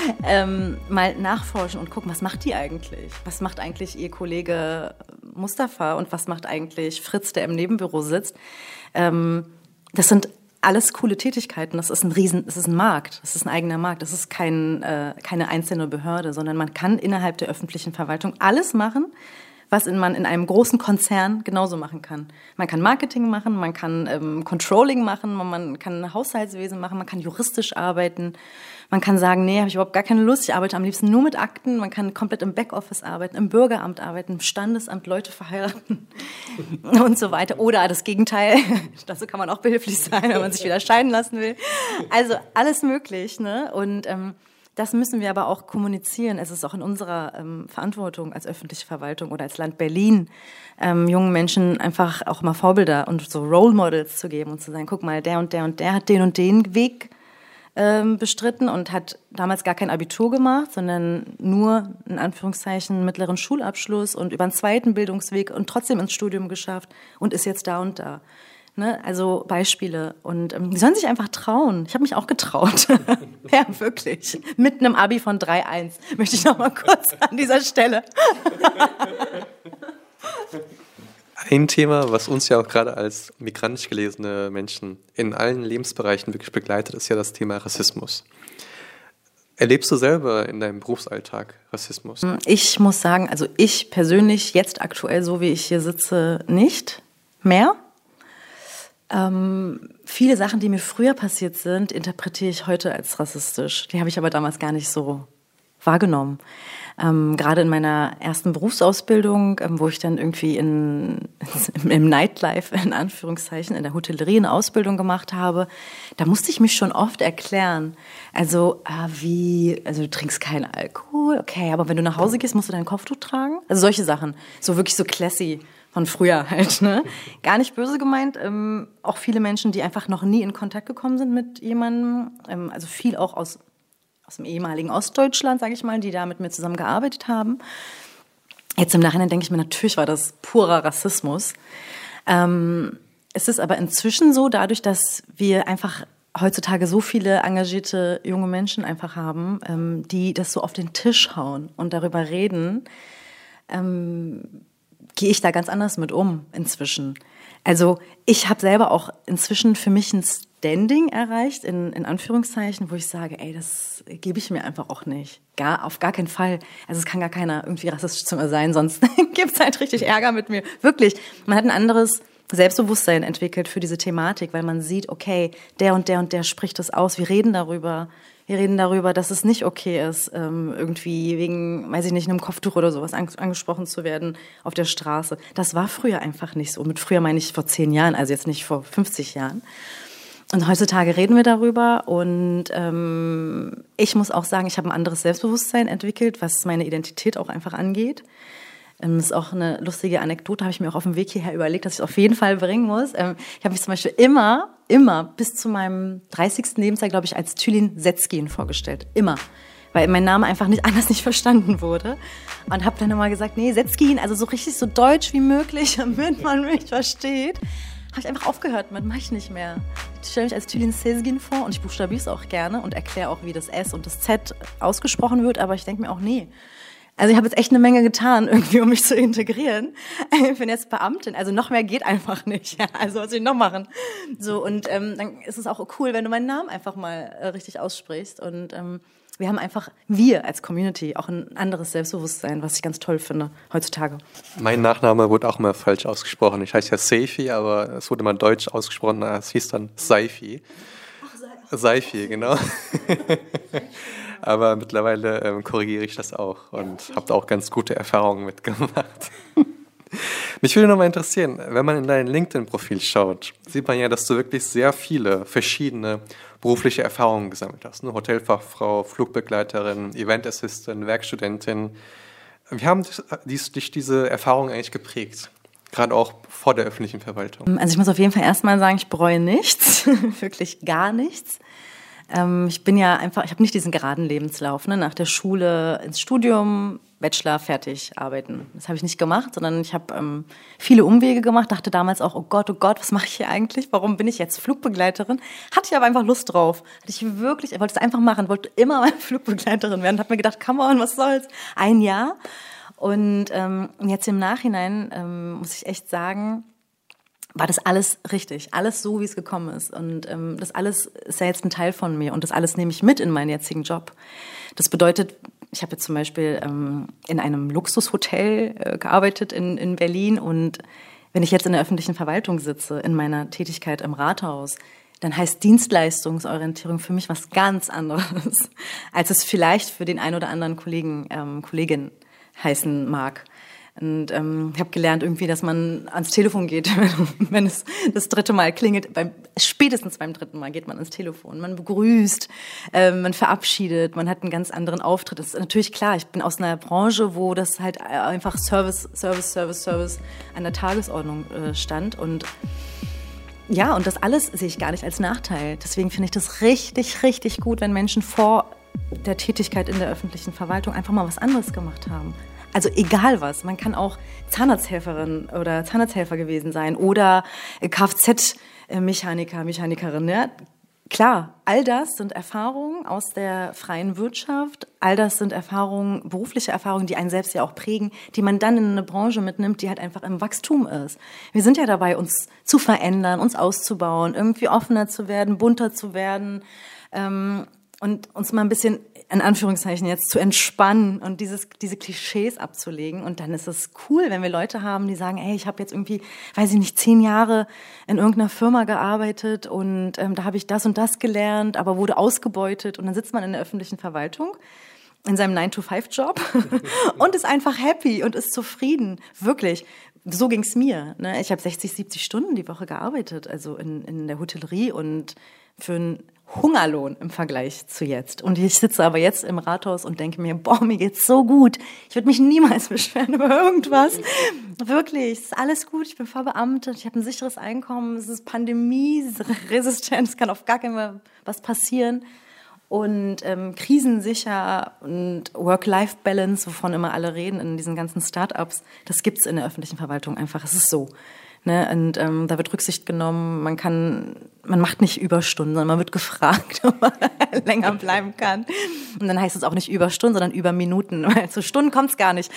Ähm, mal nachforschen und gucken, was macht die eigentlich? Was macht eigentlich ihr Kollege Mustafa und was macht eigentlich Fritz, der im Nebenbüro sitzt? Ähm, das sind alles coole Tätigkeiten. Das ist ein Riesen, das ist ein Markt, das ist ein eigener Markt. Das ist kein, äh, keine einzelne Behörde, sondern man kann innerhalb der öffentlichen Verwaltung alles machen, was in, man in einem großen Konzern genauso machen kann. Man kann Marketing machen, man kann ähm, Controlling machen, man, man kann Haushaltswesen machen, man kann juristisch arbeiten. Man kann sagen, nee, habe ich überhaupt gar keine Lust, ich arbeite am liebsten nur mit Akten. Man kann komplett im Backoffice arbeiten, im Bürgeramt arbeiten, im Standesamt Leute verheiraten und so weiter. Oder das Gegenteil, dazu kann man auch behilflich sein, wenn man sich wieder scheiden lassen will. Also alles möglich, ne? Und ähm, das müssen wir aber auch kommunizieren. Es ist auch in unserer ähm, Verantwortung als öffentliche Verwaltung oder als Land Berlin, ähm, jungen Menschen einfach auch mal Vorbilder und so Role Models zu geben und zu sagen, guck mal, der und der und der hat den und den Weg ähm, bestritten und hat damals gar kein Abitur gemacht, sondern nur, in Anführungszeichen, mittleren Schulabschluss und über einen zweiten Bildungsweg und trotzdem ins Studium geschafft und ist jetzt da und da. Ne? Also Beispiele. Und ähm, die sollen sich einfach trauen. Ich habe mich auch getraut. Ja, wirklich. Mit einem Abi von drei Komma eins. Möchte ich noch mal kurz an dieser Stelle. Ein Thema, was uns ja auch gerade als migrantisch gelesene Menschen in allen Lebensbereichen wirklich begleitet, ist ja das Thema Rassismus. Erlebst du selber in deinem Berufsalltag Rassismus? Ich muss sagen, also ich persönlich jetzt aktuell, so wie ich hier sitze, nicht mehr. Ähm, viele Sachen, die mir früher passiert sind, interpretiere ich heute als rassistisch. Die habe ich aber damals gar nicht so wahrgenommen. Ähm, gerade in meiner ersten Berufsausbildung, ähm, wo ich dann irgendwie in, im Nightlife, in Anführungszeichen, in der Hotellerie eine Ausbildung gemacht habe, da musste ich mich schon oft erklären. Also, ah, wie, also du trinkst keinen Alkohol, okay, aber wenn du nach Hause gehst, musst du dein Kopftuch tragen? Also solche Sachen, so wirklich so classy von früher halt, ne? Gar nicht böse gemeint, ähm, auch viele Menschen, die einfach noch nie in Kontakt gekommen sind mit jemandem, ähm, also viel auch aus aus dem ehemaligen Ostdeutschland, sage ich mal, die da mit mir zusammen gearbeitet haben. Jetzt im Nachhinein denke ich mir, natürlich war das purer Rassismus. Ähm, es ist aber inzwischen so, dadurch, dass wir einfach heutzutage so viele engagierte junge Menschen einfach haben, ähm, die das so auf den Tisch hauen und darüber reden, ähm, gehe ich da ganz anders mit um inzwischen. Also ich habe selber auch inzwischen für mich ein Standing erreicht, in, in Anführungszeichen, wo ich sage, ey, das gebe ich mir einfach auch nicht. Gar, auf gar keinen Fall. Also es kann gar keiner irgendwie rassistisch zu mir sein, sonst gibt es halt richtig Ärger mit mir. Wirklich, man hat ein anderes Selbstbewusstsein entwickelt für diese Thematik, weil man sieht, okay, der und der und der spricht das aus, wir reden darüber. Wir reden darüber, dass es nicht okay ist, irgendwie wegen, weiß ich nicht, einem Kopftuch oder sowas angesprochen zu werden auf der Straße. Das war früher einfach nicht so. Mit früher meine ich vor zehn Jahren, also jetzt nicht vor fünfzig Jahren. Und heutzutage reden wir darüber und ähm, ich muss auch sagen, ich habe ein anderes Selbstbewusstsein entwickelt, was meine Identität auch einfach angeht. Das ist auch eine lustige Anekdote, habe ich mir auch auf dem Weg hierher überlegt, dass ich es auf jeden Fall bringen muss. Ich habe mich zum Beispiel immer, immer bis zu meinem dreißigsten Lebensjahr, glaube ich, als Tülin Setzkin vorgestellt. Immer. Weil mein Name einfach nicht anders nicht verstanden wurde. Und habe dann immer gesagt, nee, Setzkin, also so richtig so deutsch wie möglich, damit man mich versteht. Habe ich einfach aufgehört mit, mache ich nicht mehr. Ich stelle mich als Tülin Sezgin vor und ich buchstabiere es auch gerne und erkläre auch, wie das S und das Z ausgesprochen wird, aber ich denke mir auch, nee. Also ich habe jetzt echt eine Menge getan, irgendwie, um mich zu integrieren. Ich bin jetzt Beamtin, also noch mehr geht einfach nicht. Ja, also was soll ich noch machen? So, und ähm, dann ist es auch cool, wenn du meinen Namen einfach mal äh, richtig aussprichst. Und ähm, wir haben einfach, wir als Community, auch ein anderes Selbstbewusstsein, was ich ganz toll finde heutzutage. Mein Nachname wurde auch immer falsch ausgesprochen. Ich heiße ja Seifi, aber es wurde immer deutsch ausgesprochen, es hieß dann Seifi. Ach, Seifi, genau. Aber mittlerweile ähm, korrigiere ich das auch und habe da auch ganz gute Erfahrungen mitgemacht. Mich würde noch mal interessieren, wenn man in dein LinkedIn-Profil schaut, sieht man ja, dass du wirklich sehr viele verschiedene berufliche Erfahrungen gesammelt hast. Ne? Hotelfachfrau, Flugbegleiterin, Event Assistant, Werkstudentin. Wie haben dich, dich diese Erfahrungen eigentlich geprägt? Gerade auch vor der öffentlichen Verwaltung. Also ich muss auf jeden Fall erstmal sagen, ich bereue nichts, wirklich gar nichts. Ich bin ja einfach, ich habe nicht diesen geraden Lebenslauf, ne? Nach der Schule ins Studium, Bachelor, fertig, arbeiten. Das habe ich nicht gemacht, sondern ich habe ähm, viele Umwege gemacht, dachte damals auch, oh Gott, oh Gott, was mache ich hier eigentlich? Warum bin ich jetzt Flugbegleiterin? Hatte ich aber einfach Lust drauf. Hatte ich wirklich, ich wollte es einfach machen, wollte immer mal Flugbegleiterin werden. Habe mir gedacht, come on, was soll's? Ein Jahr. Und ähm, jetzt im Nachhinein ähm, muss ich echt sagen, war das alles richtig, alles so, wie es gekommen ist. Und ähm, das alles ist ja jetzt ein Teil von mir und das alles nehme ich mit in meinen jetzigen Job. Das bedeutet, ich habe jetzt zum Beispiel ähm, in einem Luxushotel äh, gearbeitet in, in Berlin und wenn ich jetzt in der öffentlichen Verwaltung sitze, in meiner Tätigkeit im Rathaus, dann heißt Dienstleistungsorientierung für mich was ganz anderes, als es vielleicht für den einen oder anderen Kollegen, ähm, Kollegin heißen mag. Und ähm, ich habe gelernt irgendwie, dass man ans Telefon geht, wenn es das dritte Mal klingelt. Beim, spätestens beim dritten Mal geht man ans Telefon. Man begrüßt, äh, man verabschiedet, man hat einen ganz anderen Auftritt. Das ist natürlich klar, ich bin aus einer Branche, wo das halt einfach Service, Service, Service, Service an der Tagesordnung äh, stand. Und ja, und das alles sehe ich gar nicht als Nachteil. Deswegen finde ich das richtig, richtig gut, wenn Menschen vor der Tätigkeit in der öffentlichen Verwaltung einfach mal was anderes gemacht haben. Also egal was. Man kann auch Zahnarzthelferin oder Zahnarzthelfer gewesen sein oder Kfz-Mechaniker, Mechanikerin. Ja? Klar, all das sind Erfahrungen aus der freien Wirtschaft. All das sind Erfahrungen, berufliche Erfahrungen, die einen selbst ja auch prägen, die man dann in eine Branche mitnimmt, die halt einfach im Wachstum ist. Wir sind ja dabei, uns zu verändern, uns auszubauen, irgendwie offener zu werden, bunter zu werden. Ähm, Und uns mal ein bisschen, in Anführungszeichen jetzt, zu entspannen und dieses, diese Klischees abzulegen. Und dann ist es cool, wenn wir Leute haben, die sagen, ey, ich habe jetzt irgendwie, weiß ich nicht, zehn Jahre in irgendeiner Firma gearbeitet und ähm, da habe ich das und das gelernt, aber wurde ausgebeutet. Und dann sitzt man in der öffentlichen Verwaltung in seinem nine to five Job und ist einfach happy und ist zufrieden. Wirklich. So ging's mir. Ne? Ich habe sechzig, siebzig Stunden die Woche gearbeitet, also in, in der Hotellerie und für einen Hungerlohn im Vergleich zu jetzt. Und ich sitze aber jetzt im Rathaus und denke mir, boah, mir geht's so gut. Ich würde mich niemals beschweren über irgendwas. Wirklich, es ist alles gut. Ich bin verbeamtet, ich habe ein sicheres Einkommen, es ist pandemieresistent, es kann auf gar keinen Fall was passieren. Und ähm, krisensicher und Work-Life-Balance, wovon immer alle reden in diesen ganzen Start-ups, das gibt's in der öffentlichen Verwaltung einfach. Es ist so. Ne? Und ähm, da wird Rücksicht genommen. Man kann, man macht nicht Überstunden, sondern man wird gefragt, ob man länger bleiben kann. Und dann heißt es auch nicht Überstunden, sondern über Minuten, weil zu Stunden kommt's gar nicht.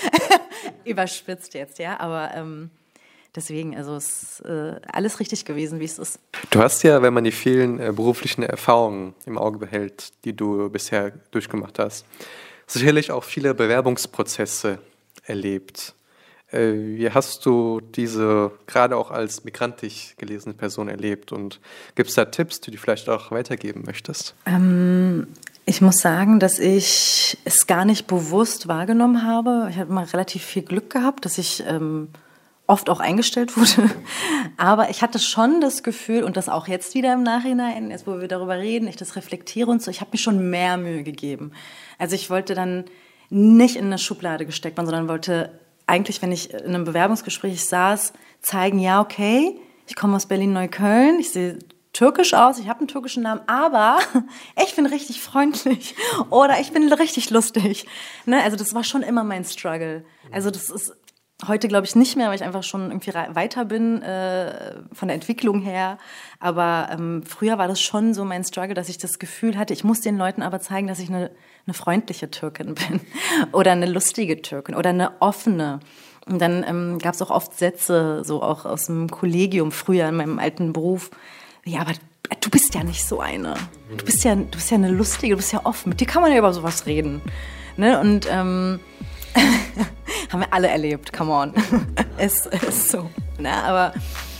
Überspitzt jetzt, ja. Aber ähm, deswegen, also es ist äh, alles richtig gewesen, wie es ist. Du hast ja, wenn man die vielen äh, beruflichen Erfahrungen im Auge behält, die du bisher durchgemacht hast, sicherlich auch viele Bewerbungsprozesse erlebt. Äh, wie hast du diese gerade auch als migrantisch gelesene Person erlebt? Und gibt es da Tipps, die du vielleicht auch weitergeben möchtest? Ähm, ich muss sagen, dass ich es gar nicht bewusst wahrgenommen habe. Ich habe immer relativ viel Glück gehabt, dass ich ähm, oft auch eingestellt wurde. Aber ich hatte schon das Gefühl, und das auch jetzt wieder im Nachhinein, jetzt wo wir darüber reden, ich das reflektiere und so, ich habe mir schon mehr Mühe gegeben. Also ich wollte dann nicht in eine Schublade gesteckt werden, sondern wollte eigentlich, wenn ich in einem Bewerbungsgespräch saß, zeigen, ja, okay, ich komme aus Berlin-Neukölln, ich sehe türkisch aus, ich habe einen türkischen Namen, aber ich bin richtig freundlich oder ich bin richtig lustig. Ne? Also das war schon immer mein Struggle. Also das ist heute, glaube ich, nicht mehr, weil ich einfach schon irgendwie weiter bin äh, von der Entwicklung her. Aber ähm, früher war das schon so mein Struggle, dass ich das Gefühl hatte, ich muss den Leuten aber zeigen, dass ich eine, eine freundliche Türkin bin oder eine lustige Türkin oder eine offene. Und dann ähm, gab es auch oft Sätze, so auch aus dem Kollegium früher in meinem alten Beruf. Ja, aber du bist ja nicht so eine. Du bist ja, du bist ja eine lustige, du bist ja offen. Mit dir kann man ja über sowas reden. Ne? Und ähm, haben wir alle erlebt, come on. Es ist so. Ne? Aber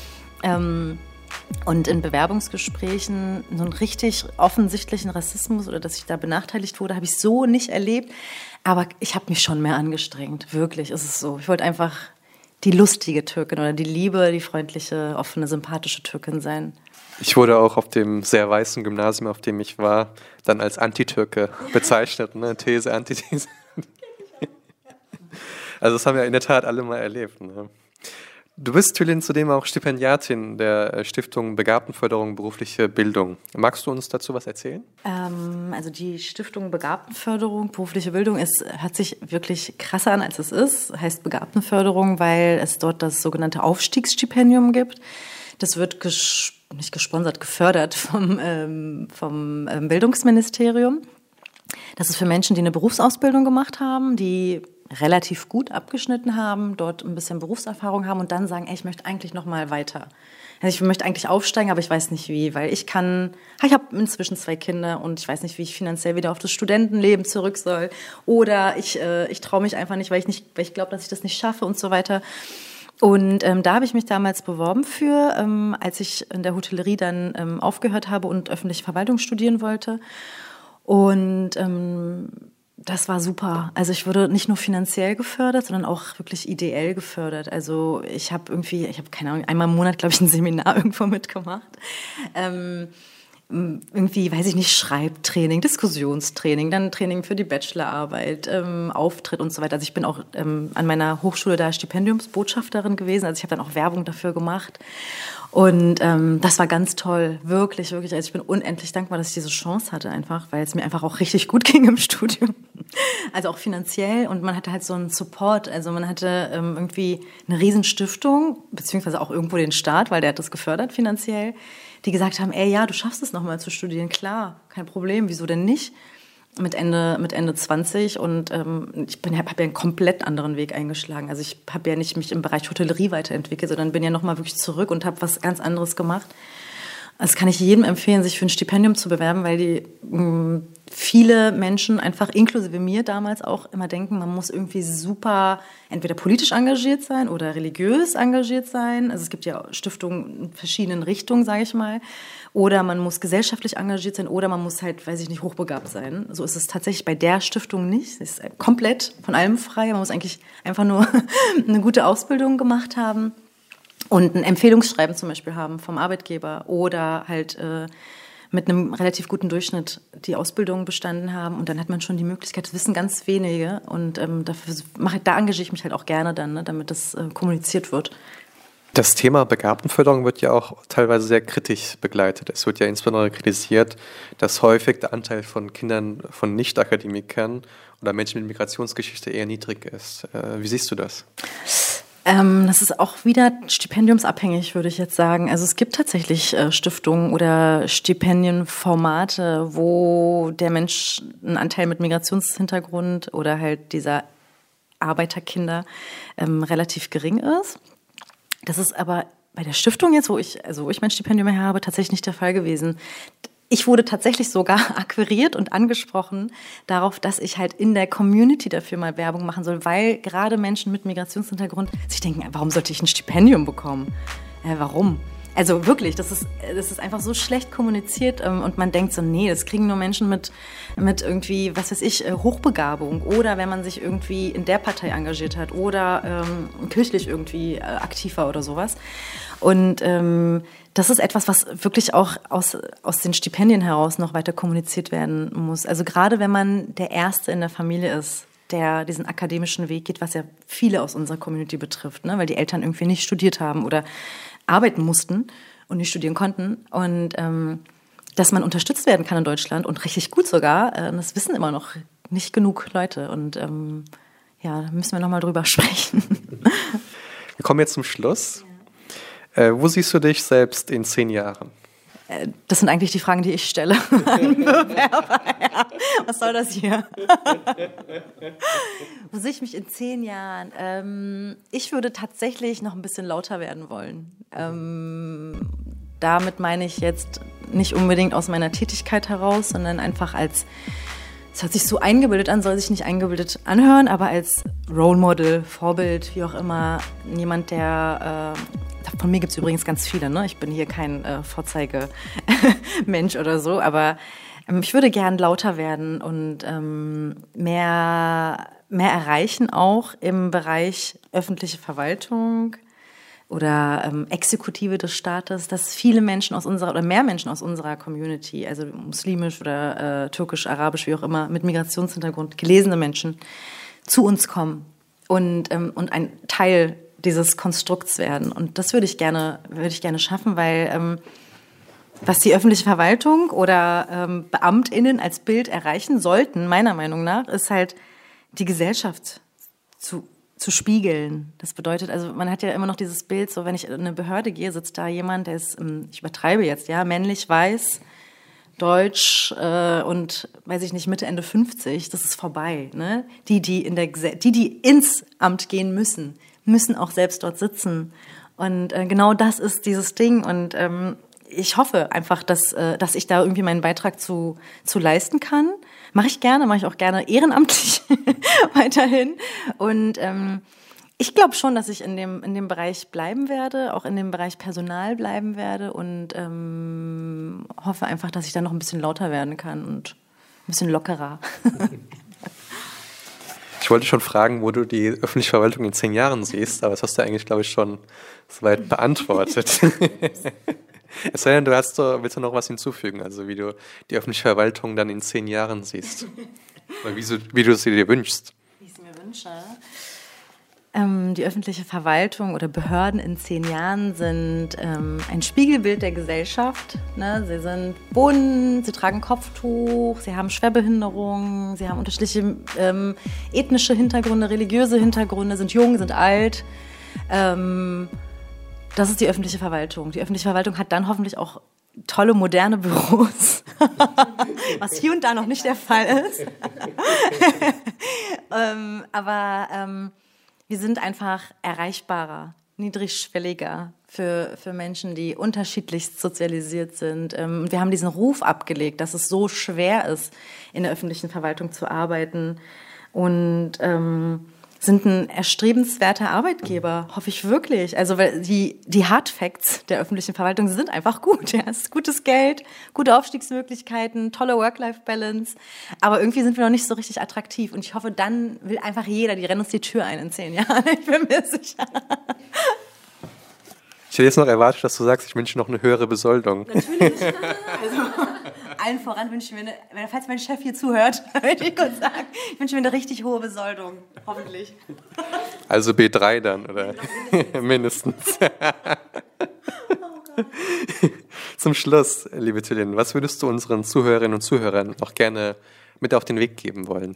ähm, und in Bewerbungsgesprächen so einen richtig offensichtlichen Rassismus oder dass ich da benachteiligt wurde, habe ich so nicht erlebt. Aber ich habe mich schon mehr angestrengt. Wirklich, ist es so. Ich wollte einfach die lustige Türkin oder die liebe, die freundliche, offene, sympathische Türkin sein. Ich wurde auch auf dem sehr weißen Gymnasium, auf dem ich war, dann als Antitürke bezeichnet. Ne? These, Antithese. Also das haben wir in der Tat alle mal erlebt. Ne? Du bist, Tülin, zudem auch Stipendiatin der Stiftung Begabtenförderung berufliche Bildung. Magst du uns dazu was erzählen? Ähm, also die Stiftung Begabtenförderung berufliche Bildung ist, hört sich wirklich krasser an, als es ist. Heißt Begabtenförderung, weil es dort das sogenannte Aufstiegsstipendium gibt. Das wird ges- nicht gesponsert, gefördert vom, ähm, vom ähm, Bildungsministerium. Das ist für Menschen, die eine Berufsausbildung gemacht haben, die relativ gut abgeschnitten haben, dort ein bisschen Berufserfahrung haben und dann sagen, ey, ich möchte eigentlich noch mal weiter. Also ich möchte eigentlich aufsteigen, aber ich weiß nicht wie, weil ich kann, ich habe inzwischen zwei Kinder und ich weiß nicht, wie ich finanziell wieder auf das Studentenleben zurück soll oder ich, äh, ich traue mich einfach nicht, weil ich nicht, weil ich glaube, dass ich das nicht schaffe und so weiter. Und ähm, da habe ich mich damals beworben für, ähm, als ich in der Hotellerie dann ähm, aufgehört habe und öffentliche Verwaltung studieren wollte. Und ähm, das war super. Also ich wurde nicht nur finanziell gefördert, sondern auch wirklich ideell gefördert. Also ich habe irgendwie, ich habe keine Ahnung, einmal im Monat, glaube ich, ein Seminar irgendwo mitgemacht. Ähm, irgendwie, weiß ich nicht, Schreibtraining, Diskussionstraining, dann Training für die Bachelorarbeit, ähm, Auftritt und so weiter. Also ich bin auch ähm, an meiner Hochschule da Stipendiumsbotschafterin gewesen, also ich habe dann auch Werbung dafür gemacht. Und ähm, das war ganz toll, wirklich, wirklich. Also ich bin unendlich dankbar, dass ich diese Chance hatte einfach, weil es mir einfach auch richtig gut ging im Studium. Also auch finanziell, und man hatte halt so einen Support, also man hatte ähm, irgendwie eine Riesenstiftung, beziehungsweise auch irgendwo den Staat, weil der hat das gefördert finanziell, die gesagt haben, ey, ja, du schaffst es nochmal zu studieren, klar, kein Problem, wieso denn nicht? Mit Ende, mit Ende zwanzig, und ähm, ich habe hab ja einen komplett anderen Weg eingeschlagen. Also ich habe ja nicht mich im Bereich Hotellerie weiterentwickelt, sondern bin ja nochmal wirklich zurück und habe was ganz anderes gemacht. Das kann ich jedem empfehlen, sich für ein Stipendium zu bewerben, weil die mh, viele Menschen einfach, inklusive mir damals auch, immer denken, man muss irgendwie super entweder politisch engagiert sein oder religiös engagiert sein. Also es gibt ja Stiftungen in verschiedenen Richtungen, sage ich mal. Oder man muss gesellschaftlich engagiert sein oder man muss halt, weiß ich nicht, hochbegabt sein. So ist es tatsächlich bei der Stiftung nicht. Es ist komplett von allem frei. Man muss eigentlich einfach nur eine gute Ausbildung gemacht haben und ein Empfehlungsschreiben zum Beispiel haben vom Arbeitgeber oder halt äh, mit einem relativ guten Durchschnitt die Ausbildung bestanden haben, und dann hat man schon die Möglichkeit, das wissen ganz wenige, und ähm, dafür mache, da engagiere ich mich halt auch gerne dann, ne, damit das äh, kommuniziert wird. Das Thema Begabtenförderung wird ja auch teilweise sehr kritisch begleitet. Es wird ja insbesondere kritisiert, dass häufig der Anteil von Kindern von Nicht-Akademikern oder Menschen mit Migrationsgeschichte eher niedrig ist. Äh, wie siehst du das? Ähm, das ist auch wieder stipendiumsabhängig, würde ich jetzt sagen. Also es gibt tatsächlich äh, Stiftungen oder Stipendienformate, wo der Mensch einen Anteil mit Migrationshintergrund oder halt dieser Arbeiterkinder ähm, relativ gering ist. Das ist aber bei der Stiftung jetzt, wo ich, also wo ich mein Stipendium her habe, tatsächlich nicht der Fall gewesen. Ich wurde tatsächlich sogar akquiriert und angesprochen darauf, dass ich halt in der Community dafür mal Werbung machen soll, weil gerade Menschen mit Migrationshintergrund sich denken, warum sollte ich ein Stipendium bekommen? Äh, warum? Also wirklich, das ist, das ist einfach so schlecht kommuniziert, ähm, und man denkt so, nee, das kriegen nur Menschen mit, mit irgendwie, was weiß ich, äh, Hochbegabung, oder wenn man sich irgendwie in der Partei engagiert hat oder ähm, kirchlich irgendwie äh, aktiv war oder sowas. Und ähm, das ist etwas, was wirklich auch aus, aus den Stipendien heraus noch weiter kommuniziert werden muss. Also gerade wenn man der Erste in der Familie ist, der diesen akademischen Weg geht, was ja viele aus unserer Community betrifft, ne? Weil die Eltern irgendwie nicht studiert haben oder arbeiten mussten und nicht studieren konnten. Und ähm, dass man unterstützt werden kann in Deutschland, und richtig gut sogar, äh, das wissen immer noch nicht genug Leute. Und ähm, ja, da müssen wir nochmal drüber sprechen. Wir kommen jetzt zum Schluss. Ja. Äh, wo siehst du dich selbst in zehn Jahren? Das sind eigentlich die Fragen, die ich stelle an Bewerber. Ja, was soll das hier? Wo sehe ich mich in zehn Jahren? Ähm, ich würde tatsächlich noch ein bisschen lauter werden wollen. Ähm, damit meine ich jetzt nicht unbedingt aus meiner Tätigkeit heraus, sondern einfach als, es hört sich so eingebildet an, soll sich nicht eingebildet anhören, aber als Role Model, Vorbild, wie auch immer, jemand, der... Äh, von mir gibt es übrigens ganz viele, ne? Ich bin hier kein äh, Vorzeigemensch oder so, aber ähm, ich würde gern lauter werden und ähm, mehr, mehr erreichen, auch im Bereich öffentliche Verwaltung oder ähm, Exekutive des Staates, dass viele Menschen aus unserer, oder mehr Menschen aus unserer Community, also muslimisch oder äh, türkisch, arabisch, wie auch immer, mit Migrationshintergrund, gelesene Menschen, zu uns kommen und, ähm, und ein Teil dieses Konstrukts werden. Und das würde ich gerne, würde ich gerne schaffen, weil ähm, was die öffentliche Verwaltung oder ähm, BeamtInnen als Bild erreichen sollten, meiner Meinung nach, ist halt die Gesellschaft zu, zu spiegeln. Das bedeutet, also man hat ja immer noch dieses Bild, so wenn ich in eine Behörde gehe, sitzt da jemand, der ist, ich übertreibe jetzt, ja, männlich, weiß, deutsch äh, und, weiß ich nicht, Mitte, Ende fünfzig, das ist vorbei. Ne? Die, die in der, die, die ins Amt gehen müssen, müssen auch selbst dort sitzen. Und äh, genau das ist dieses Ding. Und ähm, ich hoffe einfach, dass, äh, dass ich da irgendwie meinen Beitrag zu, zu leisten kann. Mache ich gerne, mache ich auch gerne ehrenamtlich weiterhin. Und ähm, ich glaube schon, dass ich in dem, in dem Bereich bleiben werde, auch in dem Bereich Personal bleiben werde, und ähm, hoffe einfach, dass ich da noch ein bisschen lauter werden kann und ein bisschen lockerer. Ich wollte schon fragen, wo du die öffentliche Verwaltung in zehn Jahren siehst, aber das hast du eigentlich, glaube ich, schon soweit beantwortet. Es sei denn, du hast, willst du noch was hinzufügen, also wie du die öffentliche Verwaltung dann in zehn Jahren siehst. Oder wie, so, wie du es dir wünschst. Wie ich es mir wünsche. Ähm, die öffentliche Verwaltung oder Behörden in zehn Jahren sind ähm, ein Spiegelbild der Gesellschaft. Ne? Sie sind bunt, sie tragen Kopftuch, sie haben Schwerbehinderungen, sie haben unterschiedliche ähm, ethnische Hintergründe, religiöse Hintergründe, sind jung, sind alt. Ähm, das ist die öffentliche Verwaltung. Die öffentliche Verwaltung hat dann hoffentlich auch tolle, moderne Büros, was hier und da noch nicht der Fall ist. ähm, aber ähm, wir sind einfach erreichbarer, niedrigschwelliger für, für Menschen, die unterschiedlichst sozialisiert sind. Ähm, wir haben diesen Ruf abgelegt, dass es so schwer ist, in der öffentlichen Verwaltung zu arbeiten und ähm, sind ein erstrebenswerter Arbeitgeber, hoffe ich wirklich. Also weil die, die Hard Facts der öffentlichen Verwaltung sind einfach gut. Ja. Es ist gutes Geld, gute Aufstiegsmöglichkeiten, tolle Work-Life-Balance. Aber irgendwie sind wir noch nicht so richtig attraktiv. Und ich hoffe, dann will einfach jeder, die rennen uns die Tür ein in zehn Jahren. Ich bin mir sicher. Ich hätte jetzt noch erwartet, dass du sagst, ich wünsche noch eine höhere Besoldung. Natürlich. Also, allen voran wünsche ich mir, eine, falls mein Chef hier zuhört, würde ich kurz sagen, ich wünsche mir eine richtig hohe Besoldung. Hoffentlich. Also B drei dann, oder? Mindestens. Oh Gott. Zum Schluss, liebe Tillin, was würdest du unseren Zuhörerinnen und Zuhörern noch gerne mit auf den Weg geben wollen?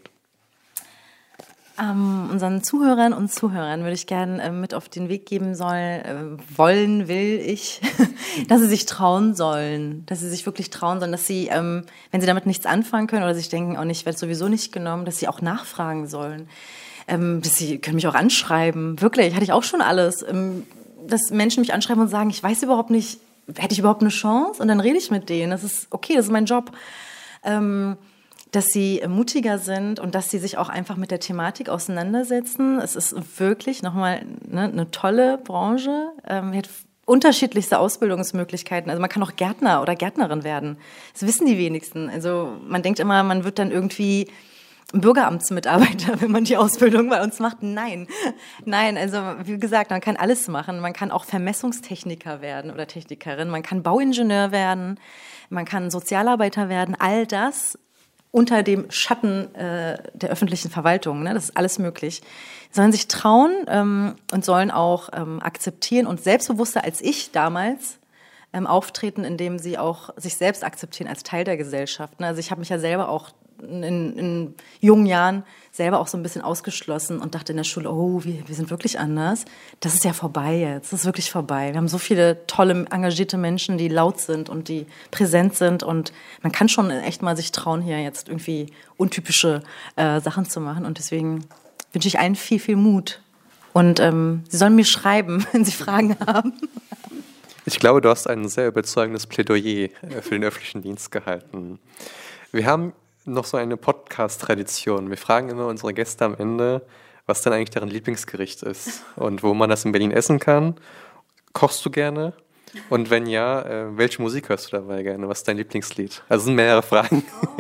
Ähm, unseren Zuhörern und Zuhörern würde ich gerne äh, mit auf den Weg geben sollen, äh, wollen, will ich, dass sie sich trauen sollen, dass sie sich wirklich trauen sollen, dass sie, ähm, wenn sie damit nichts anfangen können oder sich denken, oh, ich werde sowieso nicht genommen, dass sie auch nachfragen sollen. Ähm, dass sie können mich auch anschreiben, wirklich, hatte ich auch schon alles. Ähm, dass Menschen mich anschreiben und sagen, ich weiß überhaupt nicht, hätte ich überhaupt eine Chance? Und dann rede ich mit denen, das ist okay, das ist mein Job. Ähm, dass sie mutiger sind und dass sie sich auch einfach mit der Thematik auseinandersetzen. Es ist wirklich nochmal ne, eine tolle Branche. Ähm, hat unterschiedlichste Ausbildungsmöglichkeiten. Also man kann auch Gärtner oder Gärtnerin werden. Das wissen die wenigsten. Also man denkt immer, man wird dann irgendwie Bürgeramtsmitarbeiter, wenn man die Ausbildung bei uns macht. Nein, nein, also wie gesagt, man kann alles machen. Man kann auch Vermessungstechniker werden oder Technikerin. Man kann Bauingenieur werden. Man kann Sozialarbeiter werden. All das unter dem Schatten äh, der öffentlichen Verwaltung. Ne? Das ist alles möglich. Sie sollen sich trauen ähm, und sollen auch ähm, akzeptieren und selbstbewusster als ich damals ähm, auftreten, indem sie auch sich selbst akzeptieren als Teil der Gesellschaft. Ne? Also ich habe mich ja selber auch in, in jungen Jahren selber auch so ein bisschen ausgeschlossen und dachte in der Schule, oh, wir, wir sind wirklich anders. Das ist ja vorbei jetzt, das ist wirklich vorbei. Wir haben so viele tolle, engagierte Menschen, die laut sind und die präsent sind und man kann schon echt mal sich trauen, hier jetzt irgendwie untypische äh, Sachen zu machen und deswegen wünsche ich allen viel, viel Mut und ähm, Sie sollen mir schreiben, wenn Sie Fragen haben. Ich glaube, du hast ein sehr überzeugendes Plädoyer für den öffentlichen Dienst gehalten. Wir haben noch so eine Podcast-Tradition. Wir fragen immer unsere Gäste am Ende, was denn eigentlich deren Lieblingsgericht ist und wo man das in Berlin essen kann. Kochst du gerne? Und wenn ja, äh, welche Musik hörst du dabei gerne? Was ist dein Lieblingslied? Also es sind mehrere Fragen.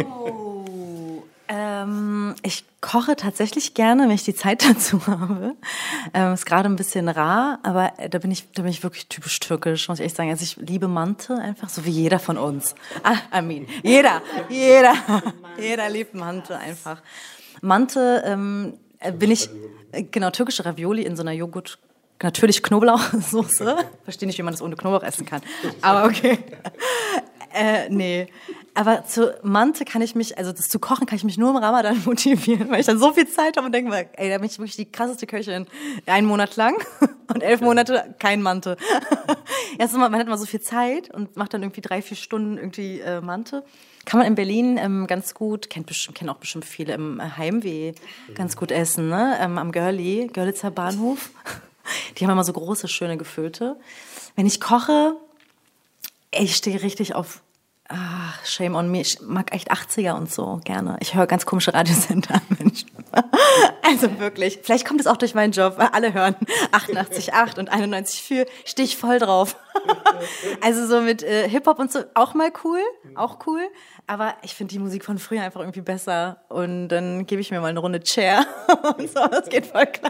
Oh, ähm, ich koche tatsächlich gerne, wenn ich die Zeit dazu habe. Ähm, ist gerade ein bisschen rar, aber da bin ich, da bin ich wirklich typisch türkisch, muss ich echt sagen. Also ich liebe Mante einfach, so wie jeder von uns. Ah, I mean, jeder, jeder, jeder liebt Mante einfach. Mante ähm, bin ich, äh, genau, türkische Ravioli in so einer Joghurt, natürlich Knoblauchsoße. Verstehe nicht, wie man das ohne Knoblauch essen kann. Aber okay. Äh, nee. Aber zu Mante kann ich mich, also das zu kochen, kann ich mich nur im Ramadan motivieren, weil ich dann so viel Zeit habe und denke, ey, da bin ich wirklich die krasseste Köchin. Einen Monat lang und elf Monate kein Mante. Erst mal, man hat immer so viel Zeit und macht dann irgendwie drei, vier Stunden irgendwie äh, Mante. Kann man in Berlin ähm, ganz gut, kennt bestimmt, kennen auch bestimmt viele im Heimweh ganz gut essen, ne? Ähm, am Görli, Görlitzer Bahnhof. Die haben immer so große, schöne gefüllte. Wenn ich koche, ey, ich stehe richtig auf Ach, shame on me. Ich mag echt achtziger und so gerne. Ich höre ganz komische Radiosender, Mensch. Also wirklich. Vielleicht kommt es auch durch meinen Job. Alle hören achtundachtzig Komma acht und einundneunzig Komma vier. Stehe ich voll drauf. Also so mit äh, Hip-Hop und so. Auch mal cool. Auch cool. Aber ich finde die Musik von früher einfach irgendwie besser. Und dann gebe ich mir mal eine Runde Chair. Und so, das geht voll klar.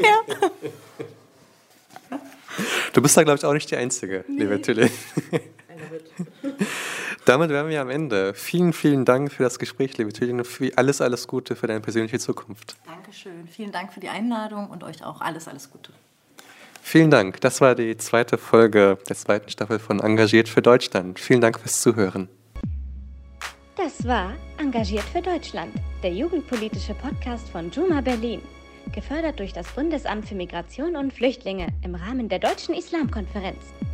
Ja. Du bist da, glaube ich, auch nicht die Einzige, nee. liebe Tillin. mit. Damit wären wir am Ende. Vielen, vielen Dank für das Gespräch, liebe Thylian. Alles, alles Gute für deine persönliche Zukunft. Dankeschön. Vielen Dank für die Einladung und euch auch alles, alles Gute. Vielen Dank. Das war die zweite Folge der zweiten Staffel von Engagiert für Deutschland. Vielen Dank fürs Zuhören. Das war Engagiert für Deutschland, der jugendpolitische Podcast von Juma Berlin. Gefördert durch das Bundesamt für Migration und Flüchtlinge im Rahmen der Deutschen Islamkonferenz.